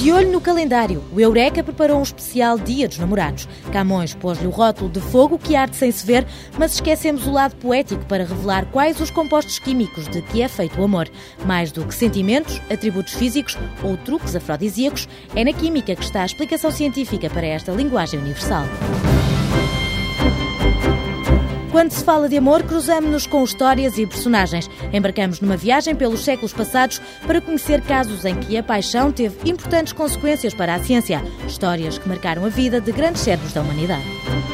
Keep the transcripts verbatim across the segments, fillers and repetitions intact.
De olho no calendário, o Eureka preparou um especial Dia dos Namorados. Camões pôs-lhe o rótulo de fogo que arde sem se ver, mas esquecemos o lado poético para revelar quais os compostos químicos de que é feito o amor. Mais do que sentimentos, atributos físicos ou truques afrodisíacos, é na química que está a explicação científica para esta linguagem universal. Quando se fala de amor, cruzamos-nos com histórias e personagens. Embarcamos numa viagem pelos séculos passados para conhecer casos em que a paixão teve importantes consequências para a ciência. Histórias que marcaram a vida de grandes cérebros da humanidade.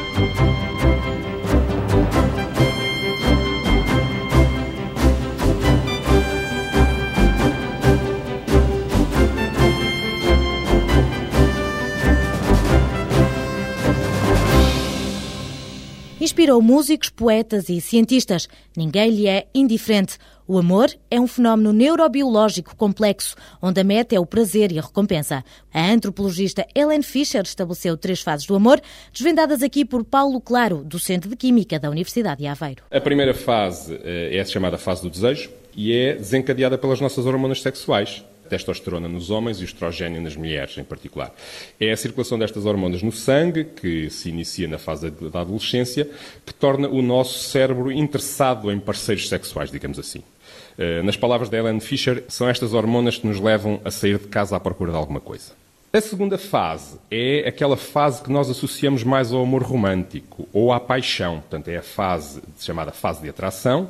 Inspirou músicos, poetas e cientistas. Ninguém lhe é indiferente. O amor é um fenómeno neurobiológico complexo, onde a meta é o prazer e a recompensa. A antropologista Helen Fisher estabeleceu três fases do amor, desvendadas aqui por Paulo Claro, docente de Química da Universidade de Aveiro. A primeira fase é a chamada fase do desejo e é desencadeada pelas nossas hormonas sexuais. Testosterona nos homens e estrogênio nas mulheres, em particular. É a circulação destas hormonas no sangue, que se inicia na fase da adolescência, que torna o nosso cérebro interessado em parceiros sexuais, digamos assim. Nas palavras de Helen Fisher, são estas hormonas que nos levam a sair de casa à procura de alguma coisa. A segunda fase é aquela fase que nós associamos mais ao amor romântico ou à paixão. Portanto, é a fase chamada fase de atração,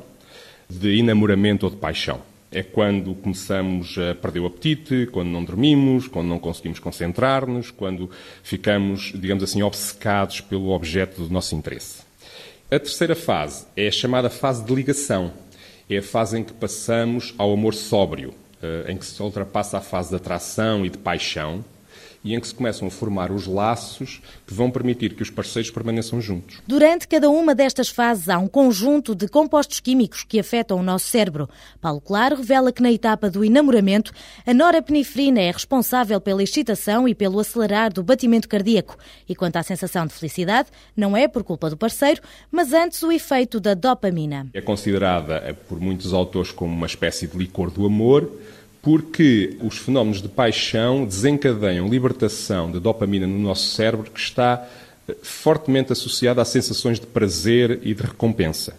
de enamoramento ou de paixão. É quando começamos a perder o apetite, quando não dormimos, quando não conseguimos concentrar-nos, quando ficamos, digamos assim, obcecados pelo objeto do nosso interesse. A terceira fase é a chamada fase de ligação. É a fase em que passamos ao amor sóbrio, em que se ultrapassa a fase de atração e de paixão e em que se começam a formar os laços que vão permitir que os parceiros permaneçam juntos. Durante cada uma destas fases há um conjunto de compostos químicos que afetam o nosso cérebro. Paulo Claro revela que na etapa do enamoramento, a norepinefrina é responsável pela excitação e pelo acelerar do batimento cardíaco. E quanto à sensação de felicidade, não é por culpa do parceiro, mas antes o efeito da dopamina. É considerada por muitos autores como uma espécie de licor do amor, porque os fenómenos de paixão desencadeiam libertação de dopamina no nosso cérebro, que está fortemente associada a sensações de prazer e de recompensa.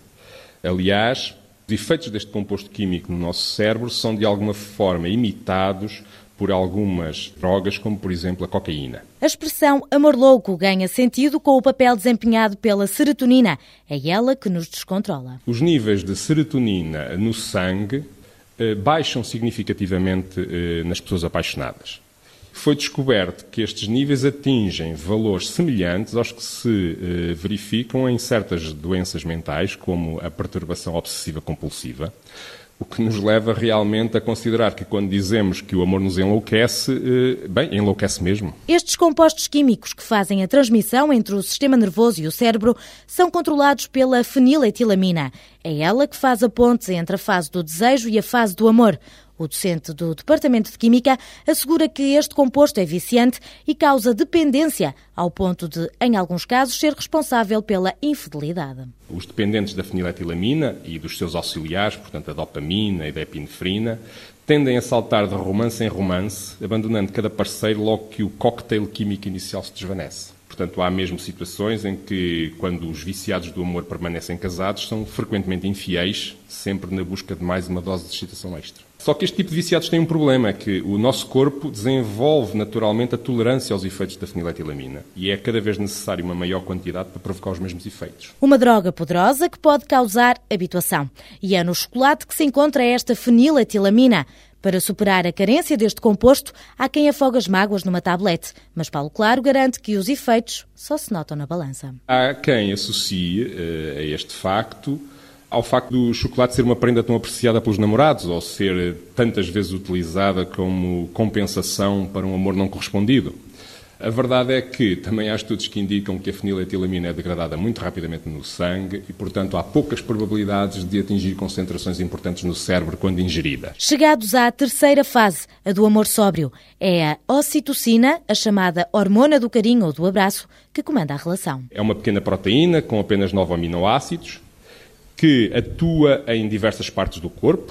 Aliás, os efeitos deste composto químico no nosso cérebro são de alguma forma imitados por algumas drogas, como por exemplo a cocaína. A expressão amor louco ganha sentido com o papel desempenhado pela serotonina. É ela que nos descontrola. Os níveis de serotonina no sangue baixam significativamente nas pessoas apaixonadas. Foi descoberto que estes níveis atingem valores semelhantes aos que se verificam em certas doenças mentais, como a perturbação obsessiva-compulsiva, o que nos leva realmente a considerar que quando dizemos que o amor nos enlouquece, bem, enlouquece mesmo. Estes compostos químicos que fazem a transmissão entre o sistema nervoso e o cérebro são controlados pela feniletilamina. É ela que faz a ponte entre a fase do desejo e a fase do amor. O docente do Departamento de Química assegura que este composto é viciante e causa dependência, ao ponto de, em alguns casos, ser responsável pela infidelidade. Os dependentes da feniletilamina e dos seus auxiliares, portanto a dopamina e da epinefrina, tendem a saltar de romance em romance, abandonando cada parceiro logo que o cocktail químico inicial se desvanece. Portanto, há mesmo situações em que, quando os viciados do amor permanecem casados, são frequentemente infiéis, sempre na busca de mais uma dose de excitação extra. Só que este tipo de viciados tem um problema, é que o nosso corpo desenvolve naturalmente a tolerância aos efeitos da feniletilamina e é cada vez necessário uma maior quantidade para provocar os mesmos efeitos. Uma droga poderosa que pode causar habituação. E é no chocolate que se encontra esta feniletilamina. Para superar a carência deste composto, há quem afoga as mágoas numa tablete, mas Paulo Claro garante que os efeitos só se notam na balança. Há quem associe uh, a este facto ao facto do chocolate ser uma prenda tão apreciada pelos namorados ou ser tantas vezes utilizada como compensação para um amor não correspondido. A verdade é que também há estudos que indicam que a feniletilamina é degradada muito rapidamente no sangue e, portanto, há poucas probabilidades de atingir concentrações importantes no cérebro quando ingerida. Chegados à terceira fase, a do amor sóbrio, é a ocitocina, a chamada hormona do carinho ou do abraço, que comanda a relação. É uma pequena proteína com apenas nove aminoácidos que atua em diversas partes do corpo,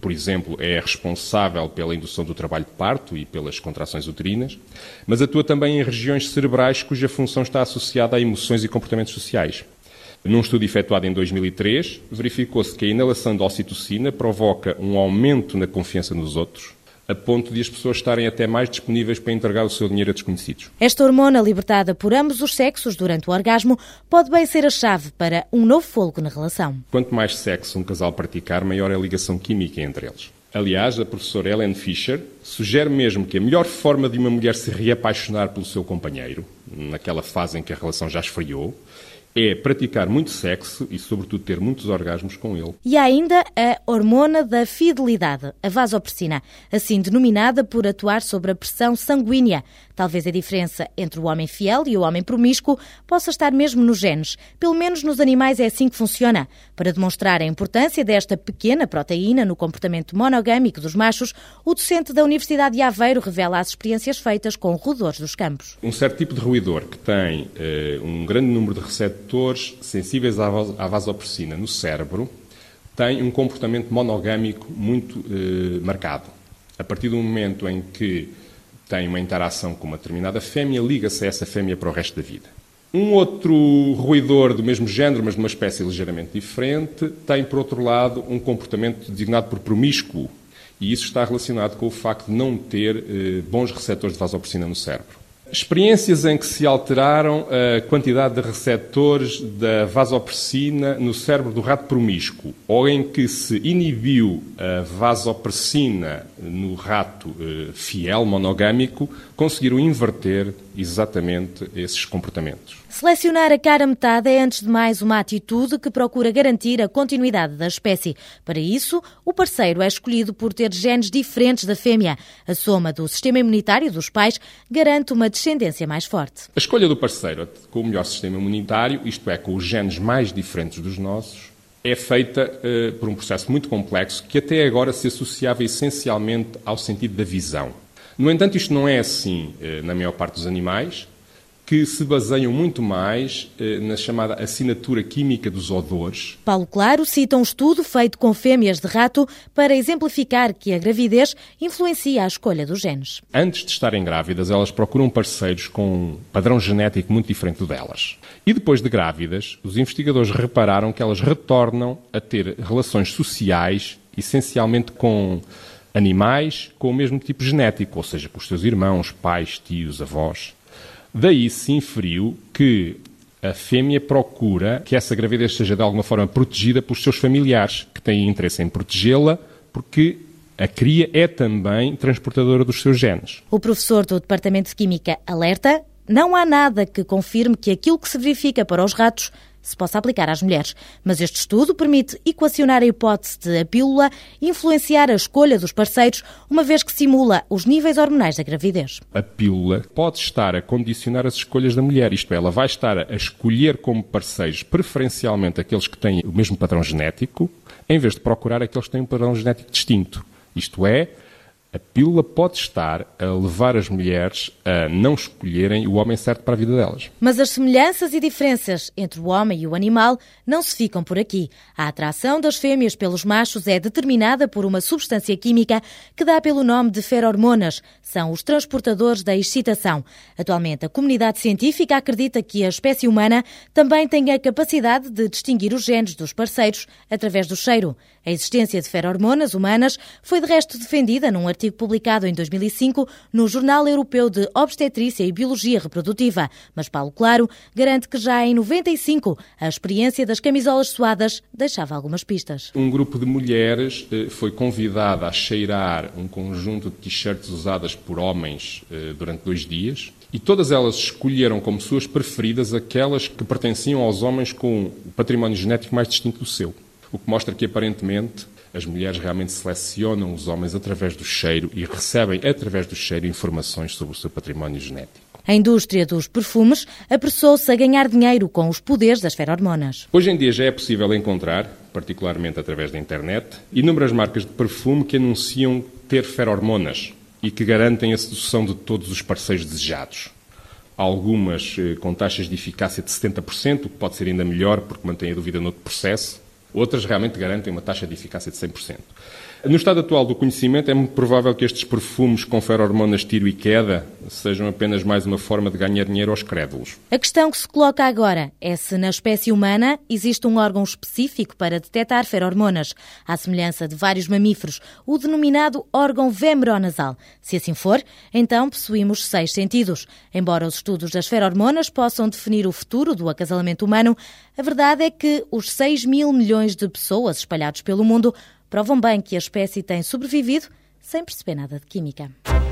por exemplo, é responsável pela indução do trabalho de parto e pelas contrações uterinas, mas atua também em regiões cerebrais cuja função está associada a emoções e comportamentos sociais. Num estudo efetuado em dois mil e três, verificou-se que a inalação de ocitocina provoca um aumento na confiança nos outros, a ponto de as pessoas estarem até mais disponíveis para entregar o seu dinheiro a desconhecidos. Esta hormona, libertada por ambos os sexos durante o orgasmo, pode bem ser a chave para um novo fôlego na relação. Quanto mais sexo um casal praticar, maior é a ligação química entre eles. Aliás, a professora Helen Fisher sugere mesmo que a melhor forma de uma mulher se reapaixonar pelo seu companheiro, naquela fase em que a relação já esfriou, é praticar muito sexo e, sobretudo, ter muitos orgasmos com ele. E há ainda a hormona da fidelidade, a vasopressina, assim denominada por atuar sobre a pressão sanguínea. Talvez a diferença entre o homem fiel e o homem promíscuo possa estar mesmo nos genes. Pelo menos nos animais é assim que funciona. Para demonstrar a importância desta pequena proteína no comportamento monogâmico dos machos, o docente da Universidade de Aveiro revela as experiências feitas com roedores dos campos. Um certo tipo de roedor que tem eh, um grande número de receptores sensíveis à, vas- à vasopressina no cérebro tem um comportamento monogâmico muito eh, marcado. A partir do momento em que tem uma interação com uma determinada fêmea, liga-se a essa fêmea para o resto da vida. Um outro roedor do mesmo género, mas de uma espécie ligeiramente diferente, tem, por outro lado, um comportamento designado por promíscuo. E isso está relacionado com o facto de não ter eh, bons receptores de vasopressina no cérebro. Experiências em que se alteraram a quantidade de receptores da vasopressina no cérebro do rato promíscuo, ou em que se inibiu a vasopressina no rato eh, fiel, monogâmico, conseguiram inverter exatamente esses comportamentos. Selecionar a cara metade é, antes de mais, uma atitude que procura garantir a continuidade da espécie. Para isso, o parceiro é escolhido por ter genes diferentes da fêmea. A soma do sistema imunitário dos pais garante uma descendência mais forte. A escolha do parceiro com o melhor sistema imunitário, isto é, com os genes mais diferentes dos nossos, é feita uh, por um processo muito complexo que até agora se associava essencialmente ao sentido da visão. No entanto, isto não é assim uh, na maior parte dos animais, que se baseiam muito mais eh, na chamada assinatura química dos odores. Paulo Claro cita um estudo feito com fêmeas de rato para exemplificar que a gravidez influencia a escolha dos genes. Antes de estarem grávidas, elas procuram parceiros com um padrão genético muito diferente do delas. E depois de grávidas, os investigadores repararam que elas retornam a ter relações sociais, essencialmente com animais com o mesmo tipo genético, ou seja, com os seus irmãos, pais, tios, avós. Daí se inferiu que a fêmea procura que essa gravidez seja de alguma forma protegida pelos seus familiares, que têm interesse em protegê-la, porque a cria é também transportadora dos seus genes. O professor do Departamento de Química alerta: não há nada que confirme que aquilo que se verifica para os ratos se possa aplicar às mulheres. Mas este estudo permite equacionar a hipótese de a pílula influenciar a escolha dos parceiros, uma vez que simula os níveis hormonais da gravidez. A pílula pode estar a condicionar as escolhas da mulher, isto é, ela vai estar a escolher como parceiros preferencialmente aqueles que têm o mesmo padrão genético, em vez de procurar aqueles que têm um padrão genético distinto. Isto é, a pílula pode estar a levar as mulheres a não escolherem o homem certo para a vida delas. Mas as semelhanças e diferenças entre o homem e o animal não se ficam por aqui. A atração das fêmeas pelos machos é determinada por uma substância química que dá pelo nome de ferormonas. São os transportadores da excitação. Atualmente, a comunidade científica acredita que a espécie humana também tem a capacidade de distinguir os genes dos parceiros através do cheiro. A existência de ferormonas humanas foi, de resto, defendida num artigo publicado em dois mil e cinco no Jornal Europeu de Obstetrícia e Biologia Reprodutiva. Mas Paulo Claro garante que já em noventa e cinco a experiência das camisolas suadas deixava algumas pistas. Um grupo de mulheres eh, foi convidado a cheirar um conjunto de t-shirts usadas por homens eh, durante dois dias e todas elas escolheram como suas preferidas aquelas que pertenciam aos homens com o património genético mais distinto do seu. O que mostra que, aparentemente, as mulheres realmente selecionam os homens através do cheiro e recebem, através do cheiro, informações sobre o seu património genético. A indústria dos perfumes apressou-se a ganhar dinheiro com os poderes das ferormonas. Hoje em dia já é possível encontrar, particularmente através da internet, inúmeras marcas de perfume que anunciam ter ferormonas e que garantem a sedução de todos os parceiros desejados. Algumas eh, com taxas de eficácia de setenta por cento, o que pode ser ainda melhor porque mantém a dúvida noutro processo. Outras realmente garantem uma taxa de eficácia de cem por cento. No estado atual do conhecimento, é muito provável que estes perfumes com ferormonas tiro e queda sejam apenas mais uma forma de ganhar dinheiro aos crédulos. A questão que se coloca agora é se na espécie humana existe um órgão específico para detectar ferormonas, à semelhança de vários mamíferos, o denominado órgão vemeronasal. Se assim for, então possuímos seis sentidos. Embora os estudos das ferormonas possam definir o futuro do acasalamento humano, a verdade é que os seis mil milhões de pessoas espalhados pelo mundo provam bem que a espécie tem sobrevivido sem perceber nada de química.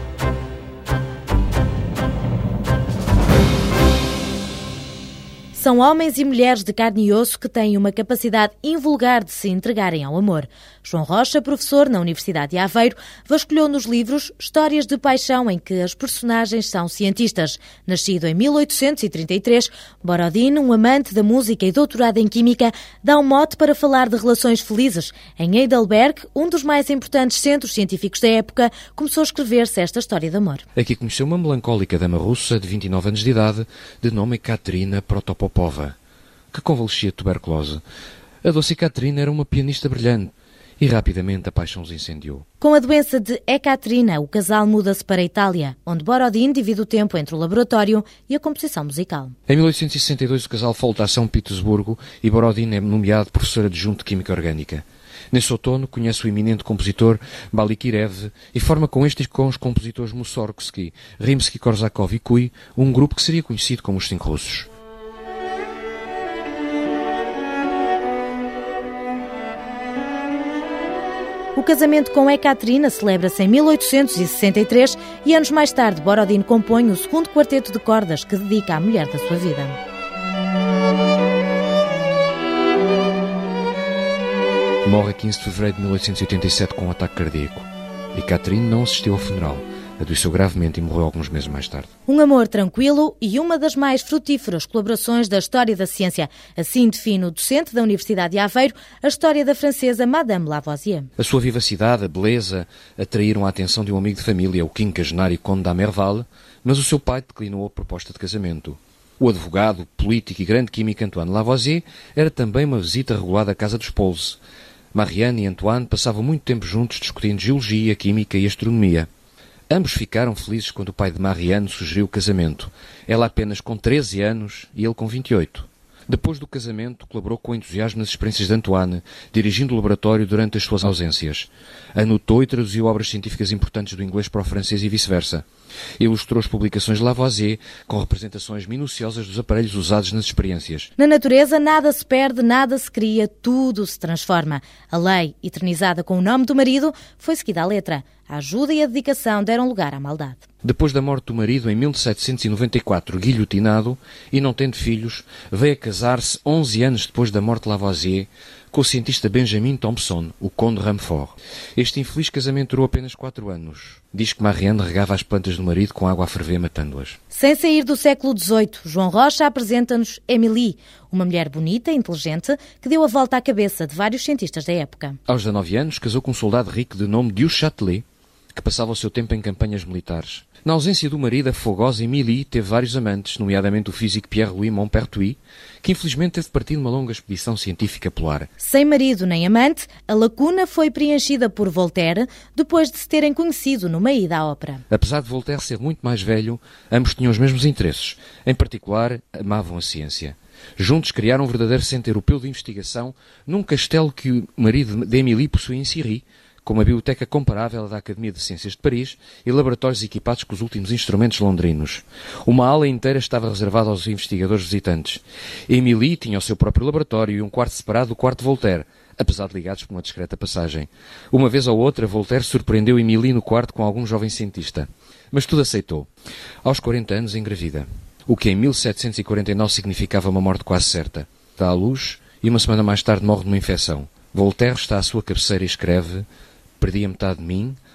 São homens e mulheres de carne e osso que têm uma capacidade invulgar de se entregarem ao amor. João Rocha, professor na Universidade de Aveiro, vasculhou nos livros histórias de paixão em que as personagens são cientistas. Nascido em mil oitocentos e trinta e três, Borodin, um amante da música e doutorado em química, dá um mote para falar de relações felizes. Em Heidelberg, um dos mais importantes centros científicos da época, começou a escrever-se esta história de amor. Aqui conheceu uma melancólica dama russa de vinte e nove anos de idade, de nome Ekaterina Protopopova, que convalescia de tuberculose. A doce Ekaterina era uma pianista brilhante e rapidamente a paixão os incendiou. Com a doença de Ekaterina, o casal muda-se para a Itália, onde Borodin divide o tempo entre o laboratório e a composição musical. Em mil oitocentos e sessenta e dois o casal volta a São Petersburgo e Borodin é nomeado professor adjunto de Química Orgânica. Nesse outono conhece o eminente compositor Balikirev e forma com este e com os compositores Mussorgsky, Rimsky-Korsakov e Kui um grupo que seria conhecido como os Cinco Russos. O casamento com Ekaterina celebra-se em mil oitocentos e sessenta e três e anos mais tarde Borodin compõe o segundo quarteto de cordas que dedica à mulher da sua vida. Morre a quinze de fevereiro de mil oitocentos e oitenta e sete com um ataque cardíaco. Ekaterina não assistiu ao funeral. Adoeceu gravemente e morreu alguns meses mais tarde. Um amor tranquilo e uma das mais frutíferas colaborações da história da ciência. Assim define o docente da Universidade de Aveiro a história da francesa Madame Lavoisier. A sua vivacidade, a beleza, atraíram a atenção de um amigo de família, o quinquagenário Conde d'Amerval, mas o seu pai declinou a proposta de casamento. O advogado, político e grande químico Antoine Lavoisier era também uma visita regulada à casa dos Pols. Marianne e Antoine passavam muito tempo juntos discutindo geologia, química e astronomia. Ambos ficaram felizes quando o pai de Marianne sugeriu o casamento. Ela apenas com treze anos e ele com vinte e oito. Depois do casamento, colaborou com entusiasmo nas experiências de Antoine, dirigindo o laboratório durante as suas ausências. Anotou e traduziu obras científicas importantes do inglês para o francês e vice-versa. Ilustrou as publicações de Lavoisier com representações minuciosas dos aparelhos usados nas experiências. Na natureza, nada se perde, nada se cria, tudo se transforma. A lei, eternizada com o nome do marido, foi seguida à letra. A ajuda e a dedicação deram lugar à maldade. Depois da morte do marido, em mil setecentos e noventa e quatro, guilhotinado, e não tendo filhos, veio a casar-se onze anos depois da morte de Lavoisier, com o cientista Benjamin Thompson, o conde Rumford. Este infeliz casamento durou apenas quatro anos. Diz que Marianne regava as plantas do marido com água a ferver, matando-as. Sem sair do século dezoito, João Rocha apresenta-nos Émilie, uma mulher bonita e inteligente que deu a volta à cabeça de vários cientistas da época. Aos dezenove anos, casou com um soldado rico de nome Du Châtelet, que passava o seu tempo em campanhas militares. Na ausência do marido, a fogosa Émilie teve vários amantes, nomeadamente o físico Pierre-Louis Maupertuis, que infelizmente teve partido numa longa expedição científica polar. Sem marido nem amante, a lacuna foi preenchida por Voltaire, depois de se terem conhecido numa ida à ópera. Apesar de Voltaire ser muito mais velho, ambos tinham os mesmos interesses. Em particular, amavam a ciência. Juntos criaram um verdadeiro centro europeu de investigação num castelo que o marido de Émilie possuía em Syrie, com uma biblioteca comparável à da Academia de Ciências de Paris e laboratórios equipados com os últimos instrumentos londrinos. Uma ala inteira estava reservada aos investigadores visitantes. Émilie tinha o seu próprio laboratório e um quarto separado do quarto de Voltaire, apesar de ligados por uma discreta passagem. Uma vez ou outra, Voltaire surpreendeu Émilie no quarto com algum jovem cientista. Mas tudo aceitou. Aos quarenta anos, engravida. O que em mil setecentos e quarenta e nove significava uma morte quase certa. Dá à luz e uma semana mais tarde morre de uma infecção. Voltaire está à sua cabeceira e escreve: perdi a metade de mim,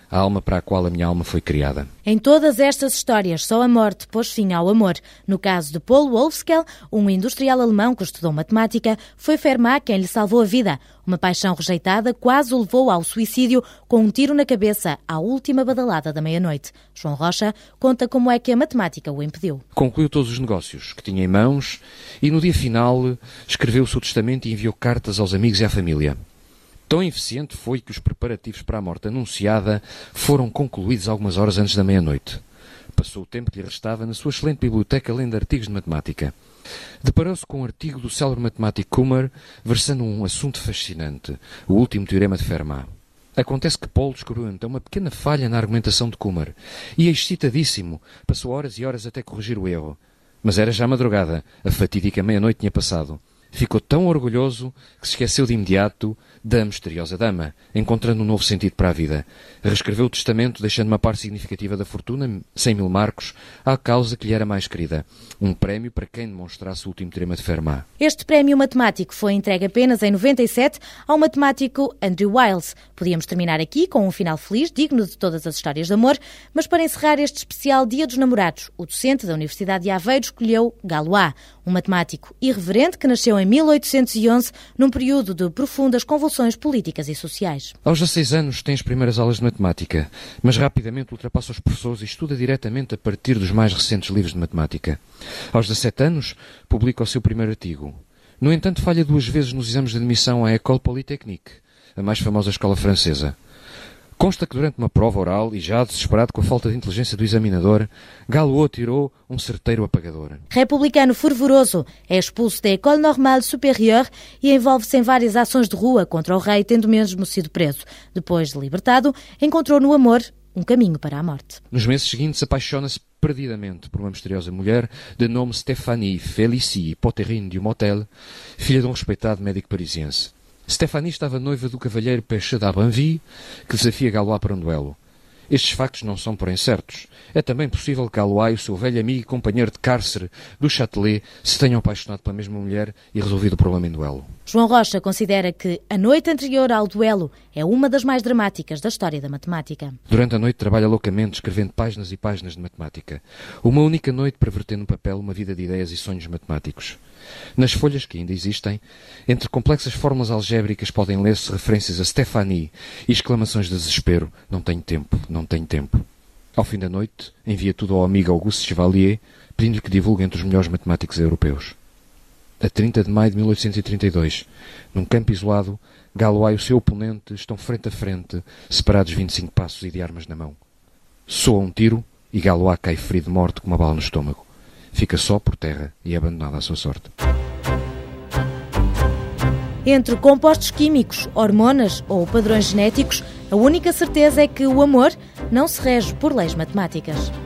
a alma para a qual a minha alma foi criada. Em todas estas histórias, só a morte pôs fim ao amor. No caso de Paul Wolfskel, um industrial alemão que estudou matemática, foi Fermat quem lhe salvou a vida. Uma paixão rejeitada quase o levou ao suicídio com um tiro na cabeça à última badalada da meia-noite. João Rocha conta como é que a matemática o impediu. Concluiu todos os negócios que tinha em mãos e no dia final escreveu o seu testamento e enviou cartas aos amigos e à família. Tão eficiente foi que os preparativos para a morte anunciada foram concluídos algumas horas antes da meia-noite. Passou o tempo que lhe restava na sua excelente biblioteca lendo artigos de matemática. Deparou-se com um artigo do célebre matemático Kummer versando um assunto fascinante, o último teorema de Fermat. Acontece que Paul descobriu então uma pequena falha na argumentação de Kummer e, excitadíssimo, passou horas e horas até corrigir o erro. Mas era já madrugada, a fatídica meia-noite tinha passado. Ficou tão orgulhoso que se esqueceu de imediato da misteriosa dama, encontrando um novo sentido para a vida. Reescreveu o testamento, deixando uma parte significativa da fortuna, cem mil marcos, à causa que lhe era mais querida. Um prémio para quem demonstrasse o último teorema de Fermat. Este prémio matemático foi entregue apenas em noventa e sete ao matemático Andrew Wiles. Podíamos terminar aqui com um final feliz, digno de todas as histórias de amor, mas para encerrar este especial Dia dos Namorados, o docente da Universidade de Aveiro escolheu Galois, um matemático irreverente que nasceu em mil oitocentos e onze, num período de profundas convulsões políticas e sociais. Aos dezasseis anos tem as primeiras aulas de matemática, mas rapidamente ultrapassa os professores e estuda diretamente a partir dos mais recentes livros de matemática. Aos dezassete anos, publica o seu primeiro artigo. No entanto, falha duas vezes nos exames de admissão à École Polytechnique, a mais famosa escola francesa. Consta que durante uma prova oral, e já desesperado com a falta de inteligência do examinador, Galois tirou um certeiro apagador. Republicano fervoroso, é expulso da École Normale Supérieure e envolve-se em várias ações de rua contra o rei, tendo mesmo sido preso. Depois de libertado, encontrou no amor um caminho para a morte. Nos meses seguintes, apaixona-se perdidamente por uma misteriosa mulher de nome Stéphanie Félicie Potterin du Motel, filha de um respeitado médico parisiense. Stéphanie estava noiva do cavalheiro Péché d'Abranville, que desafia Galois para um duelo. Estes factos não são, porém, certos. É também possível que Galois e o seu velho amigo e companheiro de cárcere do Châtelet se tenham apaixonado pela mesma mulher e resolvido o problema em duelo. João Rocha considera que a noite anterior ao duelo é uma das mais dramáticas da história da matemática. Durante a noite trabalha loucamente, escrevendo páginas e páginas de matemática. Uma única noite para verter no papel uma vida de ideias e sonhos matemáticos. Nas folhas que ainda existem, entre complexas fórmulas algébricas podem ler-se referências a Stéphanie e exclamações de desespero: não tenho tempo, não tenho tempo. Ao fim da noite, envia tudo ao amigo Auguste Chevalier, pedindo-lhe que divulgue entre os melhores matemáticos europeus. A trinta de maio de mil oitocentos e trinta e dois, num campo isolado, Galois e o seu oponente estão frente a frente, separados vinte e cinco passos e de armas na mão. Soa um tiro e Galois cai ferido de morte com uma bala no estômago. Fica só por terra e abandonado à sua sorte. Entre compostos químicos, hormonas ou padrões genéticos, a única certeza é que o amor não se rege por leis matemáticas.